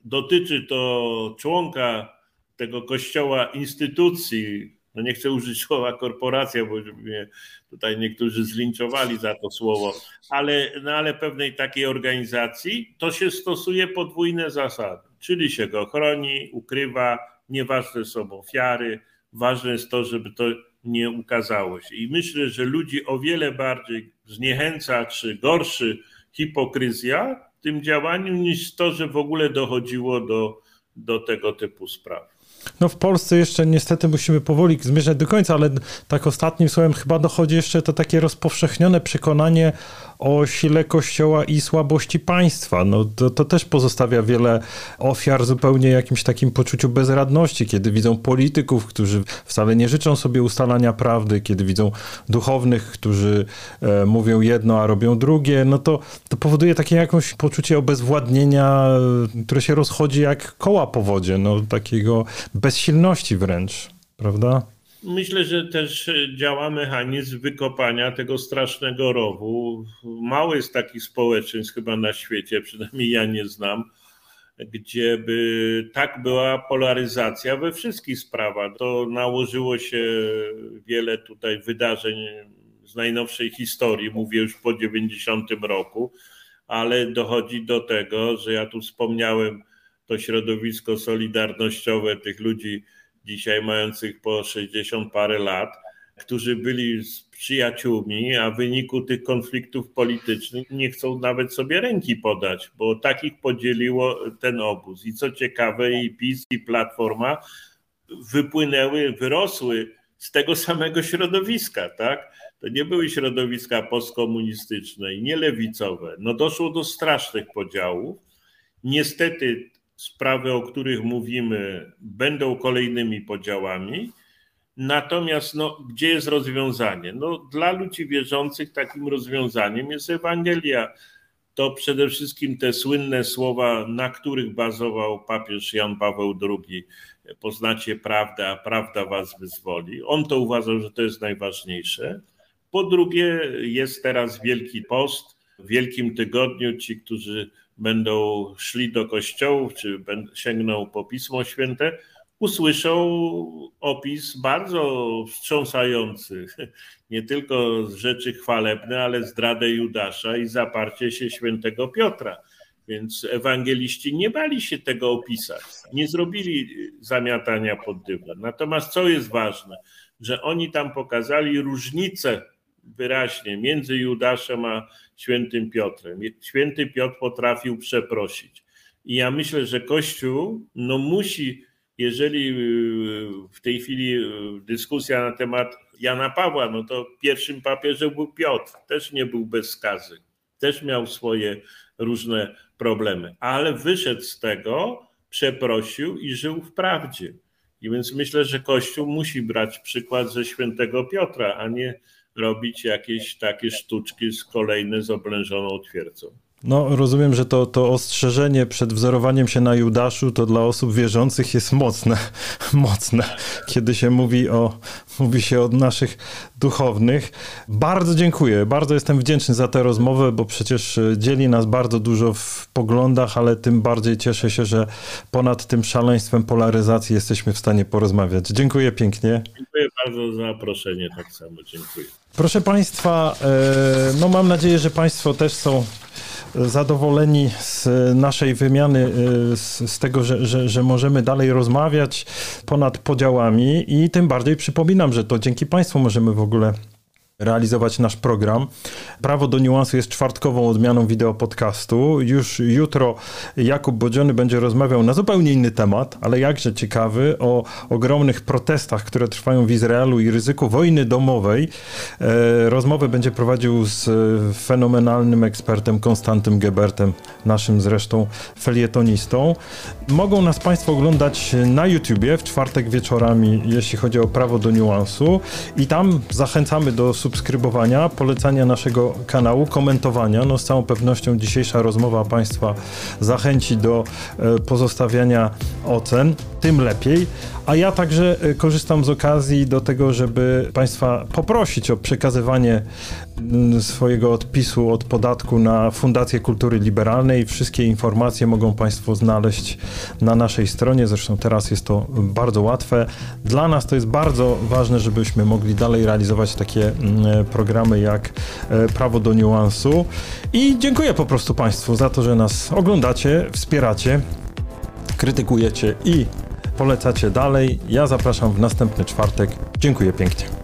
dotyczy to członka tego kościoła, instytucji, no nie chcę użyć słowa korporacja, bo mnie tutaj niektórzy zlinczowali za to słowo, ale, no ale pewnej takiej organizacji, to się stosuje podwójne zasady, czyli się go chroni, ukrywa, nieważne są ofiary, ważne jest to, żeby to nie ukazało się. I myślę, że ludzi o wiele bardziej zniechęca czy gorszy hipokryzja w tym działaniu niż to, że w ogóle dochodziło do, do tego typu spraw. No w Polsce jeszcze niestety musimy powoli zmierzać do końca, ale tak ostatnim słowem chyba dochodzi jeszcze to takie rozpowszechnione przekonanie o sile Kościoła i słabości państwa. No to, to też pozostawia wiele ofiar zupełnie jakimś takim poczuciu bezradności, kiedy widzą polityków, którzy wcale nie życzą sobie ustalania prawdy, kiedy widzą duchownych, którzy e, mówią jedno, a robią drugie, no to, to powoduje takie jakieś poczucie obezwładnienia, które się rozchodzi jak koła po wodzie, no takiego bezsilności wręcz, prawda? Myślę, że też działa mechanizm wykopania tego strasznego rowu. Mało jest takich społeczeństw chyba na świecie, przynajmniej ja nie znam, gdzie by tak była polaryzacja we wszystkich sprawach. To nałożyło się wiele tutaj wydarzeń z najnowszej historii, mówię już po dziewięćdziesiątym roku, ale dochodzi do tego, że ja tu wspomniałem to środowisko solidarnościowe tych ludzi dzisiaj mających po sześćdziesiąt parę lat, którzy byli z przyjaciółmi, a w wyniku tych konfliktów politycznych nie chcą nawet sobie ręki podać, bo takich podzieliło ten obóz. I co ciekawe, i PiS, i Platforma wypłynęły, wyrosły z tego samego środowiska, tak? To nie były środowiska postkomunistyczne i nie lewicowe. No doszło do strasznych podziałów. Niestety sprawy, o których mówimy, będą kolejnymi podziałami. Natomiast no, gdzie jest rozwiązanie? No, dla ludzi wierzących takim rozwiązaniem jest Ewangelia. To przede wszystkim te słynne słowa, na których bazował papież Jan Paweł drugi. Poznacie prawdę, a prawda was wyzwoli. On to uważał, że to jest najważniejsze. Po drugie, jest teraz Wielki Post. W Wielkim Tygodniu ci, którzy będą szli do kościołów, czy sięgną po Pismo Święte, usłyszą opis bardzo wstrząsający, nie tylko rzeczy chwalebne, ale zdradę Judasza i zaparcie się świętego Piotra. Więc ewangeliści nie bali się tego opisać, nie zrobili zamiatania pod dywan. Natomiast co jest ważne, że oni tam pokazali różnicę wyraźnie między Judaszem a świętym Piotrem. Święty Piotr potrafił przeprosić. I ja myślę, że Kościół no musi, jeżeli w tej chwili dyskusja na temat Jana Pawła, no to pierwszym papieżem był Piotr, też nie był bez skazy, też miał swoje różne problemy, ale wyszedł z tego, przeprosił i żył w prawdzie. I więc myślę, że Kościół musi brać przykład ze świętego Piotra, a nie robić jakieś takie sztuczki z kolejne z oblężoną twierdzą. No, rozumiem, że to, to ostrzeżenie przed wzorowaniem się na Judaszu to dla osób wierzących jest mocne, mocne, kiedy się mówi o, mówi się o naszych duchownych. Bardzo dziękuję, bardzo jestem wdzięczny za tę rozmowę, bo przecież dzieli nas bardzo dużo w poglądach, ale tym bardziej cieszę się, że ponad tym szaleństwem polaryzacji jesteśmy w stanie porozmawiać. Dziękuję pięknie. Dziękuję bardzo za zaproszenie, tak samo dziękuję. Proszę Państwa, no mam nadzieję, że Państwo też są zadowoleni z naszej wymiany, z, z tego, że, że, że możemy dalej rozmawiać ponad podziałami i tym bardziej przypominam, że to dzięki Państwu możemy w ogóle realizować nasz program. Prawo do niuansu jest czwartkową odmianą wideo podcastu. Już jutro Jakub Bodziony będzie rozmawiał na zupełnie inny temat, ale jakże ciekawy, o ogromnych protestach, które trwają w Izraelu i ryzyku wojny domowej. Rozmowę będzie prowadził z fenomenalnym ekspertem Konstantym Gebertem, naszym zresztą felietonistą. Mogą nas Państwo oglądać na YouTubie w czwartek wieczorami, jeśli chodzi o Prawo do niuansu i tam zachęcamy do subskrypcji subskrybowania, polecania naszego kanału, komentowania. No z całą pewnością dzisiejsza rozmowa Państwa zachęci do pozostawiania ocen, tym lepiej. A ja także korzystam z okazji do tego, żeby Państwa poprosić o przekazywanie swojego odpisu od podatku na Fundację Kultury Liberalnej. Wszystkie informacje mogą Państwo znaleźć na naszej stronie, zresztą teraz jest to bardzo łatwe. Dla nas to jest bardzo ważne, żebyśmy mogli dalej realizować takie programy jak Prawo do Niuansu. I dziękuję po prostu Państwu za to, że nas oglądacie, wspieracie, krytykujecie i polecacie dalej. Ja zapraszam w następny czwartek. Dziękuję pięknie.